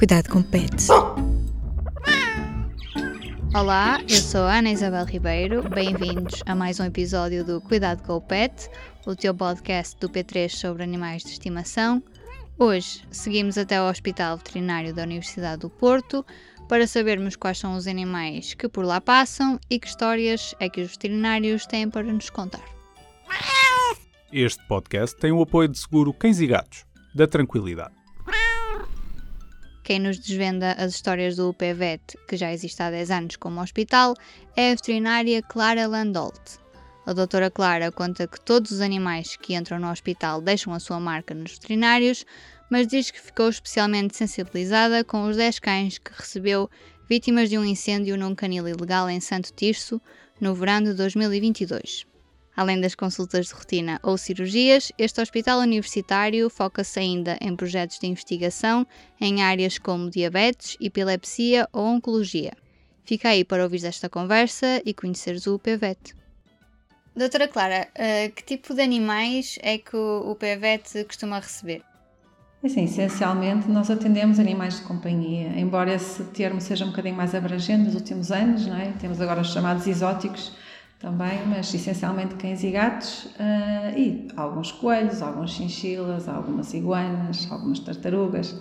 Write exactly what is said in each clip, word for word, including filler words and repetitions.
Cuidado com pets. Olá, eu sou a Ana Isabel Ribeiro, bem-vindos a mais um episódio do Cuidado com o Pet, o teu podcast do P três sobre animais de estimação. Hoje seguimos até ao Hospital Veterinário da Universidade do Porto para sabermos quais são os animais que por lá passam e que histórias é que os veterinários têm para nos contar. Este podcast tem o apoio de seguro Cães e Gatos, da Tranquilidade. Quem nos desvenda as histórias do U P Vet, que já existe há dez anos como hospital, é a veterinária Clara Landolt. A doutora Clara conta que todos os animais que entram no hospital deixam a sua marca nos veterinários, mas diz que ficou especialmente sensibilizada com os dez cães que recebeu vítimas de um incêndio num canil ilegal em Santo Tirso, no verão de dois mil e vinte e dois. Além das consultas de rotina ou cirurgias, este hospital universitário foca-se ainda em projetos de investigação em áreas como diabetes, epilepsia ou oncologia. Fica aí para ouvir esta conversa e conheceres o U P Vet. Doutora Clara, que tipo de animais é que o U P Vet costuma receber? Assim, essencialmente nós atendemos animais de companhia, embora esse termo seja um bocadinho mais abrangente nos últimos anos, não é? Temos agora os chamados exóticos também, mas essencialmente cães e gatos uh, e alguns coelhos, alguns chinchilas, algumas iguanas, algumas tartarugas,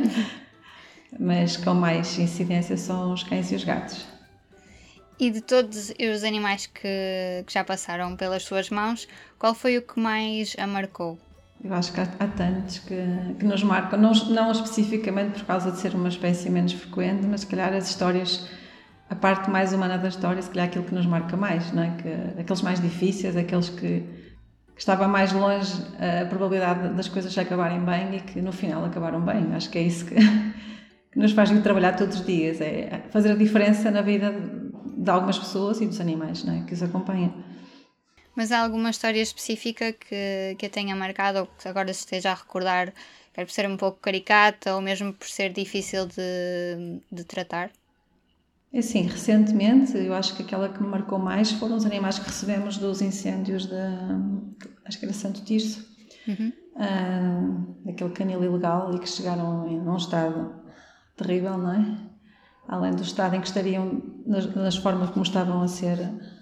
mas com mais incidência são os cães e os gatos. E de todos os animais que, que já passaram pelas suas mãos, qual foi o que mais a marcou? Eu acho que há, há tantos que, que nos marcam, não, não especificamente por causa de ser uma espécie menos frequente, mas se calhar as histórias, a parte mais humana da história, se calhar aquilo que nos marca mais, não é? Que, aqueles mais difíceis, aqueles que, que estava mais longe a probabilidade das coisas se acabarem bem e que no final acabaram bem. Acho que é isso que, que nos faz trabalhar todos os dias, é fazer a diferença na vida de, de algumas pessoas e dos animais, não é? Que os acompanham. Mas há alguma história específica que, que a tenha marcado ou que agora se esteja a recordar, quer por ser um pouco caricata ou mesmo por ser difícil de, de tratar? É assim, recentemente, eu acho que aquela que me marcou mais foram os animais que recebemos dos incêndios da, acho que era Santo Tirso, uhum. uh, daquele canil ilegal e que chegaram em um estado terrível, não é? Além do estado em que estariam, nas, nas formas como estavam a ser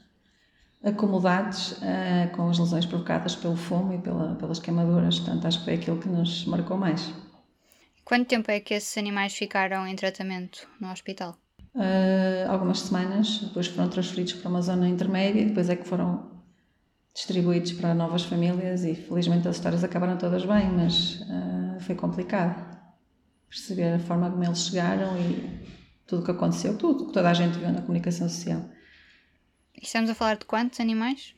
acomodados, uh, com as lesões provocadas pelo fumo e pela, pelas queimaduras, portanto acho que foi aquilo que nos marcou mais. Quanto tempo é que esses animais ficaram em tratamento no hospital? Uh, algumas semanas, depois foram transferidos para uma zona intermédia e depois é que foram distribuídos para novas famílias e felizmente as histórias acabaram todas bem, mas uh, foi complicado perceber a forma como eles chegaram e tudo o que aconteceu, tudo o que toda a gente viu na comunicação social. E estamos a falar de quantos animais?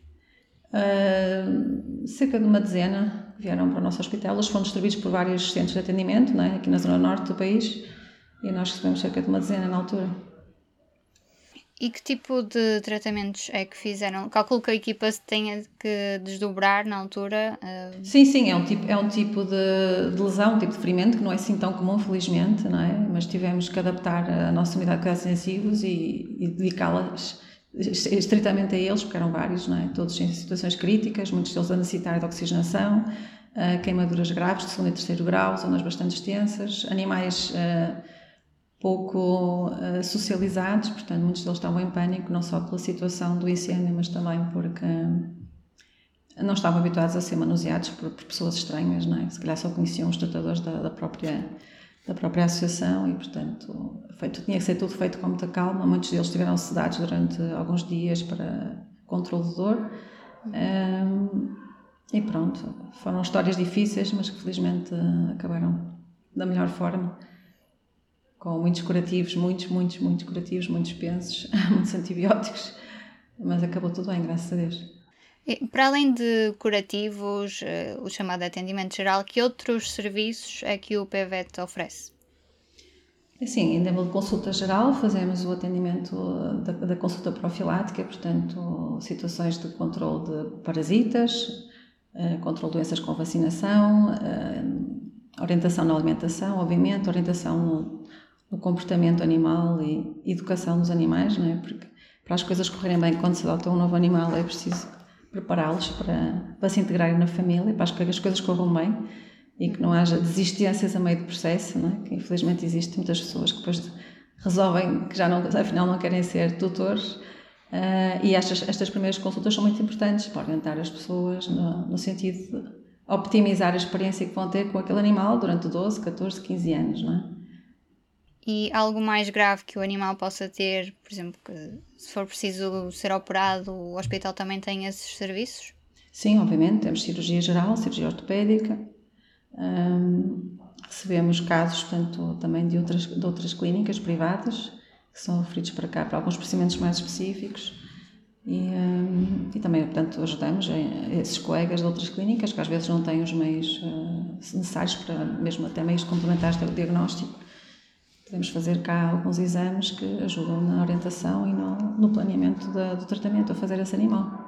Uh, cerca de uma dezena que vieram para o nosso hospital. Eles foram distribuídos por vários centros de atendimento, não é? Aqui na zona norte do país, e nós recebemos cerca de uma dezena na altura. E que tipo de tratamentos é que fizeram? Calculo que a equipa se tenha que desdobrar na altura. Uh... Sim, sim, é um tipo, é um tipo de, de lesão, um tipo de ferimento que não é assim tão comum, felizmente, não é? Mas tivemos que adaptar a nossa unidade de cuidados intensivos e, e dedicá-las estritamente a eles, porque eram vários, não é? Todos em situações críticas, muitos deles a necessitar de oxigenação, uh, queimaduras graves de segundo e terceiro grau, zonas bastante extensas, animais uh, pouco uh, socializados, portanto muitos deles estavam em pânico, não só pela situação do incêndio, mas também porque não estavam habituados a ser manuseados por, por pessoas estranhas, não é? Se calhar só conheciam os tratadores da, da própria da própria associação e, portanto, feito, tinha que ser tudo feito com muita calma. Muitos deles estiveram sedados durante alguns dias para controle de dor. Um, e pronto, foram histórias difíceis, mas que felizmente acabaram da melhor forma, com muitos curativos, muitos, muitos, muitos curativos, muitos pensos, muitos antibióticos, mas acabou tudo bem, graças a Deus. E, para além de curativos, uh, o chamado atendimento geral, que outros serviços é que o U P Vet oferece? Sim, em nível de consulta geral, fazemos o atendimento da, da consulta profilática, portanto, situações de controle de parasitas, uh, controle de doenças com vacinação, uh, orientação na alimentação, obviamente, orientação no, no comportamento animal e educação dos animais, não é? Porque para as coisas correrem bem quando se adota um novo animal é preciso prepará-los para, para se integrarem na família, para que as coisas corram bem. e que não haja desistências a meio do processo, não é? Que infelizmente existem muitas pessoas que depois resolvem que já não, afinal não querem ser tutores, uh, e estas, estas primeiras consultas são muito importantes para orientar as pessoas no, no sentido de optimizar a experiência que vão ter com aquele animal durante doze, catorze, quinze anos, não é? E algo mais grave que o animal possa ter, por exemplo, que se for preciso ser operado, o hospital também tem esses serviços? Sim, obviamente, temos cirurgia geral, cirurgia ortopédica, um, recebemos casos tanto também de outras, de outras clínicas privadas que são referidos para cá para alguns procedimentos mais específicos e, um, e também, portanto, ajudamos esses colegas de outras clínicas que às vezes não têm os meios uh, necessários para, mesmo até meios complementares do diagnóstico. Podemos fazer cá alguns exames que ajudam na orientação e no, no planeamento da, do tratamento a fazer esse animal.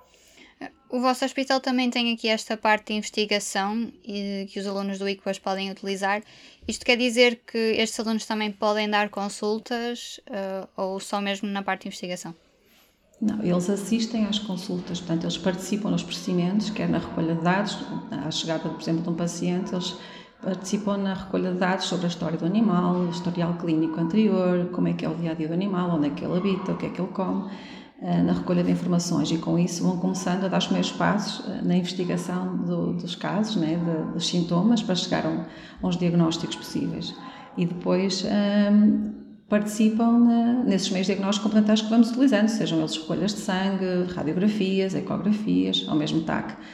O vosso hospital também tem aqui esta parte de investigação e que os alunos do ICPAS podem utilizar. Isto quer dizer que estes alunos também podem dar consultas uh, ou só mesmo na parte de investigação? Não, eles assistem às consultas, portanto, eles participam nos procedimentos, quer na recolha de dados, à chegada, por exemplo, de um paciente, eles participam na recolha de dados sobre a história do animal, o historial clínico anterior, como é que é o dia-a-dia do animal, onde é que ele habita, o que é que ele come, na recolha de informações, e com isso vão começando a dar os primeiros passos na investigação do, dos casos, né, de, dos sintomas, para chegar a uns diagnósticos possíveis. E depois um, participam na, nesses meios diagnósticos complementares que vamos utilizando, sejam eles recolhas de sangue, radiografias, ecografias, ou mesmo T A C.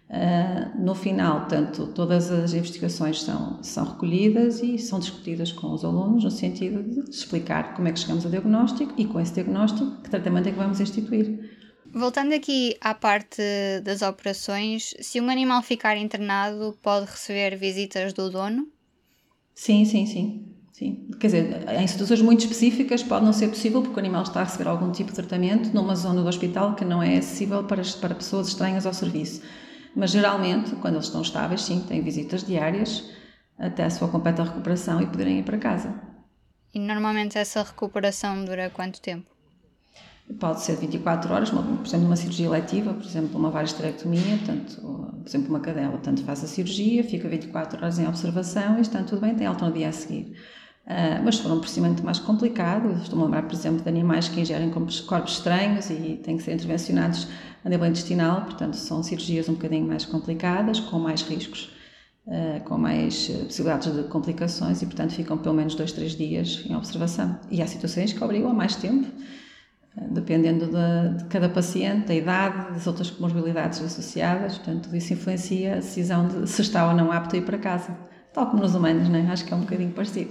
Uh, no final, tanto todas as investigações são, são recolhidas e são discutidas com os alunos no sentido de explicar como é que chegamos ao diagnóstico e com esse diagnóstico que tratamento é que vamos instituir. Voltando aqui à parte das operações, se um animal ficar internado, pode receber visitas do dono? Sim, sim, sim. Sim. Quer dizer, em situações muito específicas pode não ser possível porque o animal está a receber algum tipo de tratamento numa zona do hospital que não é acessível para, para pessoas estranhas ao serviço. Mas geralmente, quando eles estão estáveis, sim, têm visitas diárias até a sua completa recuperação e poderem ir para casa. E normalmente essa recuperação dura quanto tempo? Pode ser vinte e quatro horas, por exemplo, uma cirurgia eletiva, por exemplo, uma varisterectomia, portanto, por exemplo, uma cadela, portanto, faz a cirurgia, fica vinte e quatro horas em observação e está tudo bem, tem alta no dia a seguir. Uh, mas se for um procedimento mais complicado, estou-me a lembrar, por exemplo, de animais que ingerem corpos estranhos e têm que ser intervencionados a nível intestinal, portanto, são cirurgias um bocadinho mais complicadas, com mais riscos, uh, com mais possibilidades de complicações e, portanto, ficam pelo menos dois, três dias em observação. E há situações que obrigam a mais tempo, uh, dependendo de, de cada paciente, da idade, das outras comorbilidades associadas, portanto, tudo isso influencia a decisão de se está ou não apto a ir para casa. Tal como nos humanos, não é? Acho que é um bocadinho parecido.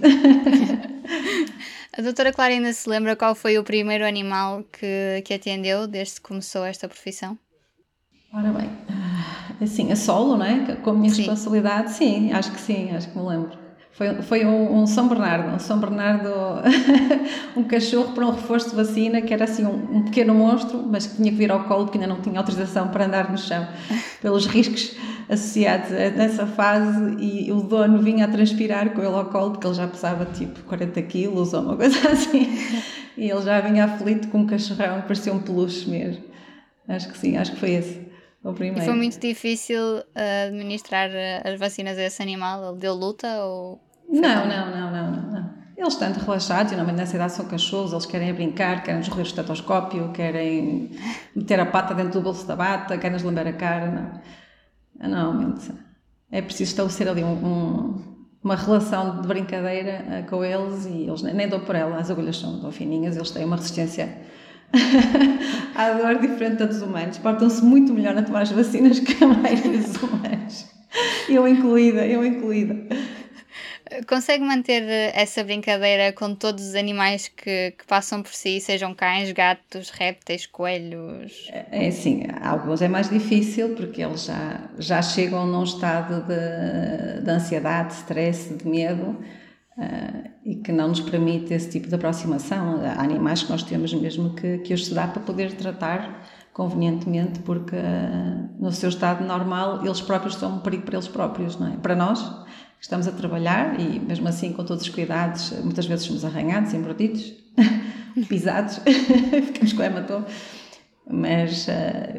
A doutora Clara ainda se lembra qual foi o primeiro animal que, que atendeu desde que começou esta profissão? Ora bem, assim, a solo, não é? Com a minha sim. responsabilidade, sim, acho que sim, acho que me lembro. Foi, foi um, um São Bernardo, um São Bernardo, um cachorro para um reforço de vacina, que era assim um, um pequeno monstro, mas que tinha que vir ao colo porque ainda não tinha autorização para andar no chão, pelos riscos associados a nessa fase, e o dono vinha a transpirar com ele ao colo, porque ele já pesava tipo quarenta quilos ou uma coisa assim, e ele já vinha aflito com um cachorrão, parecia um peluche mesmo. Acho que sim, acho que foi esse o primeiro. E foi muito difícil uh, administrar as vacinas a esse animal? Ele deu luta ou... Não, não, não, não, não, não. Eles estão relaxados, e normalmente nessa idade são cachorros, eles querem brincar, querem escorrer o estetoscópio, querem meter a pata dentro do bolso da bata, querem-nos lamber a cara, não. Normalmente é preciso estabelecer ali um, um, uma relação de brincadeira uh, com eles, e eles nem, nem dão por ela, as agulhas são, são fininhas, eles têm uma resistência à dor diferente da dos humanos, portam-se muito melhor a tomar as vacinas que a maioria dos humanos, eu incluída, eu incluída. Consegue manter essa brincadeira com todos os animais que, que passam por si, sejam cães, gatos, répteis, coelhos? É assim, alguns é mais difícil porque eles já, já chegam num estado de, de ansiedade, de stress, de medo, uh, e que não nos permite esse tipo de aproximação. Há animais que nós temos mesmo que, que os estudar para poder tratar convenientemente, porque uh, no seu estado normal eles próprios são um perigo para eles próprios, não é? Para nós estamos a trabalhar e mesmo assim com todos os cuidados, muitas vezes somos arranhados, embrutidos, pisados, ficamos com hematoma, mas uh,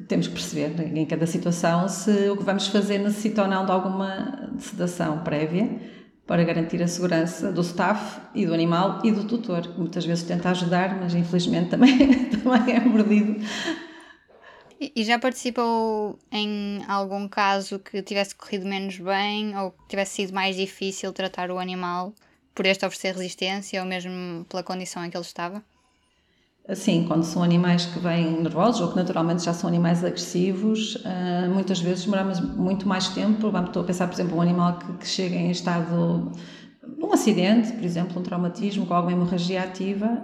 temos que perceber em cada situação se o que vamos fazer necessita ou não de alguma sedação prévia para garantir a segurança do staff e do animal e do tutor, que muitas vezes tenta ajudar, mas infelizmente também, também é mordido. E já participou em algum caso que tivesse corrido menos bem ou que tivesse sido mais difícil tratar o animal por este oferecer resistência ou mesmo pela condição em que ele estava? Sim, quando são animais que vêm nervosos ou que naturalmente já são animais agressivos, muitas vezes demoramos muito mais tempo. Estou a pensar, por exemplo, um animal que, que chega em estado, um acidente, por exemplo, um traumatismo com alguma hemorragia ativa,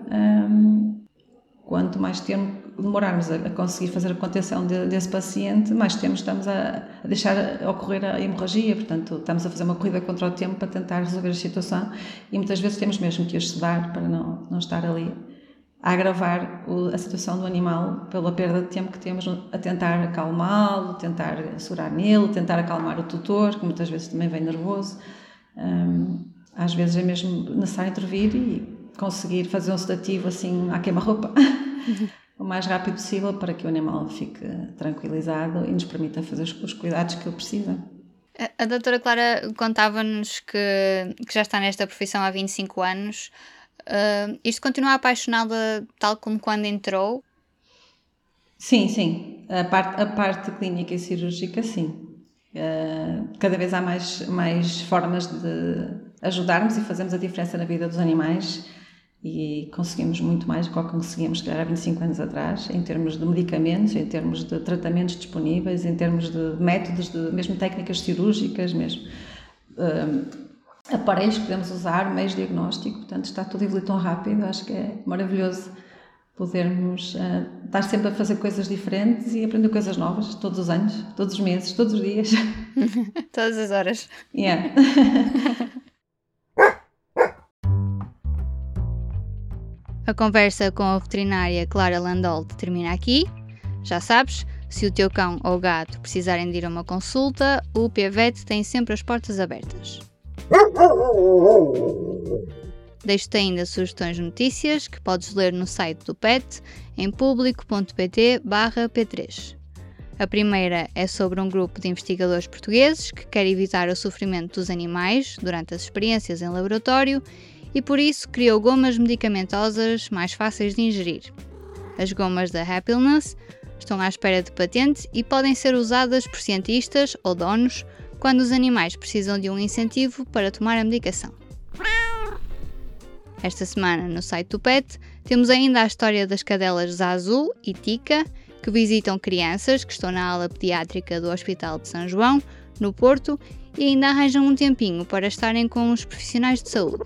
quanto mais tempo demorarmos a conseguir fazer a contenção de, desse paciente, mais tempo estamos a, a deixar ocorrer a hemorragia. Portanto, estamos a fazer uma corrida contra o tempo para tentar resolver a situação e muitas vezes temos mesmo que os sedar para não, não estar ali a agravar o, a situação do animal pela perda de tempo que temos a tentar acalmá-lo, tentar segurar nele, tentar acalmar o tutor, que muitas vezes também vem nervoso. Um, às vezes é mesmo necessário intervir e conseguir fazer um sedativo assim à queima-roupa o mais rápido possível para que o animal fique tranquilizado e nos permita fazer os, os cuidados que ele precisa. A, a doutora Clara contava-nos que, que já está nesta profissão há vinte e cinco anos. Uh, isto continua apaixonada tal como quando entrou? Sim, sim. A parte, a parte clínica e cirúrgica, sim. Uh, cada vez há mais, mais formas de ajudarmos e fazermos a diferença na vida dos animais e conseguimos muito mais do que conseguíamos se calhar há vinte e cinco anos atrás, em termos de medicamentos, em termos de tratamentos disponíveis, em termos de métodos, de mesmo técnicas cirúrgicas, mesmo uh, aparelhos que podemos usar, meios de diagnóstico. Portanto, está tudo a evoluir tão rápido. Acho que é maravilhoso podermos uh, estar sempre a fazer coisas diferentes e aprender coisas novas todos os anos, todos os meses, todos os dias. Todas as horas. Yeah. A conversa com a veterinária Clara Landolt termina aqui. Já sabes, se o teu cão ou gato precisarem de ir a uma consulta, o U P V E T tem sempre as portas abertas. Deixo-te ainda sugestões de notícias que podes ler no site do P E T em público.pt barra P três. A primeira é sobre um grupo de investigadores portugueses que quer evitar o sofrimento dos animais durante as experiências em laboratório e por isso criou gomas medicamentosas mais fáceis de ingerir. As gomas da Happiness estão à espera de patente e podem ser usadas por cientistas ou donos quando os animais precisam de um incentivo para tomar a medicação. Esta semana, no site do P E T, temos ainda a história das cadelas Zazu e Tica, que visitam crianças que estão na ala pediátrica do Hospital de São João, no Porto, e ainda arranjam um tempinho para estarem com os profissionais de saúde.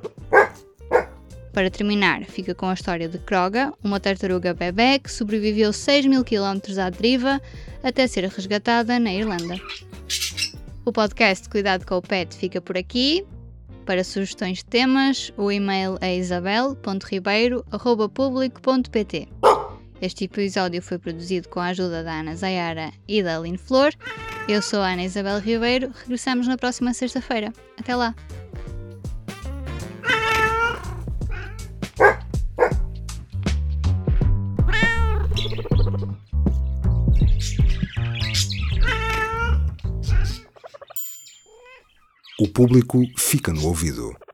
Para terminar, fica com a história de Kroga, uma tartaruga bebé que sobreviveu seis mil quilómetros à deriva até ser resgatada na Irlanda. O podcast Cuidado com o Pet fica por aqui. Para sugestões de temas, o e-mail é isabel ponto ribeiro arroba público ponto pt. Este episódio foi produzido com a ajuda da Ana Zayara e da Aline Flor. Eu sou a Ana Isabel Ribeiro. Regressamos na próxima sexta-feira. Até lá! O público fica no ouvido.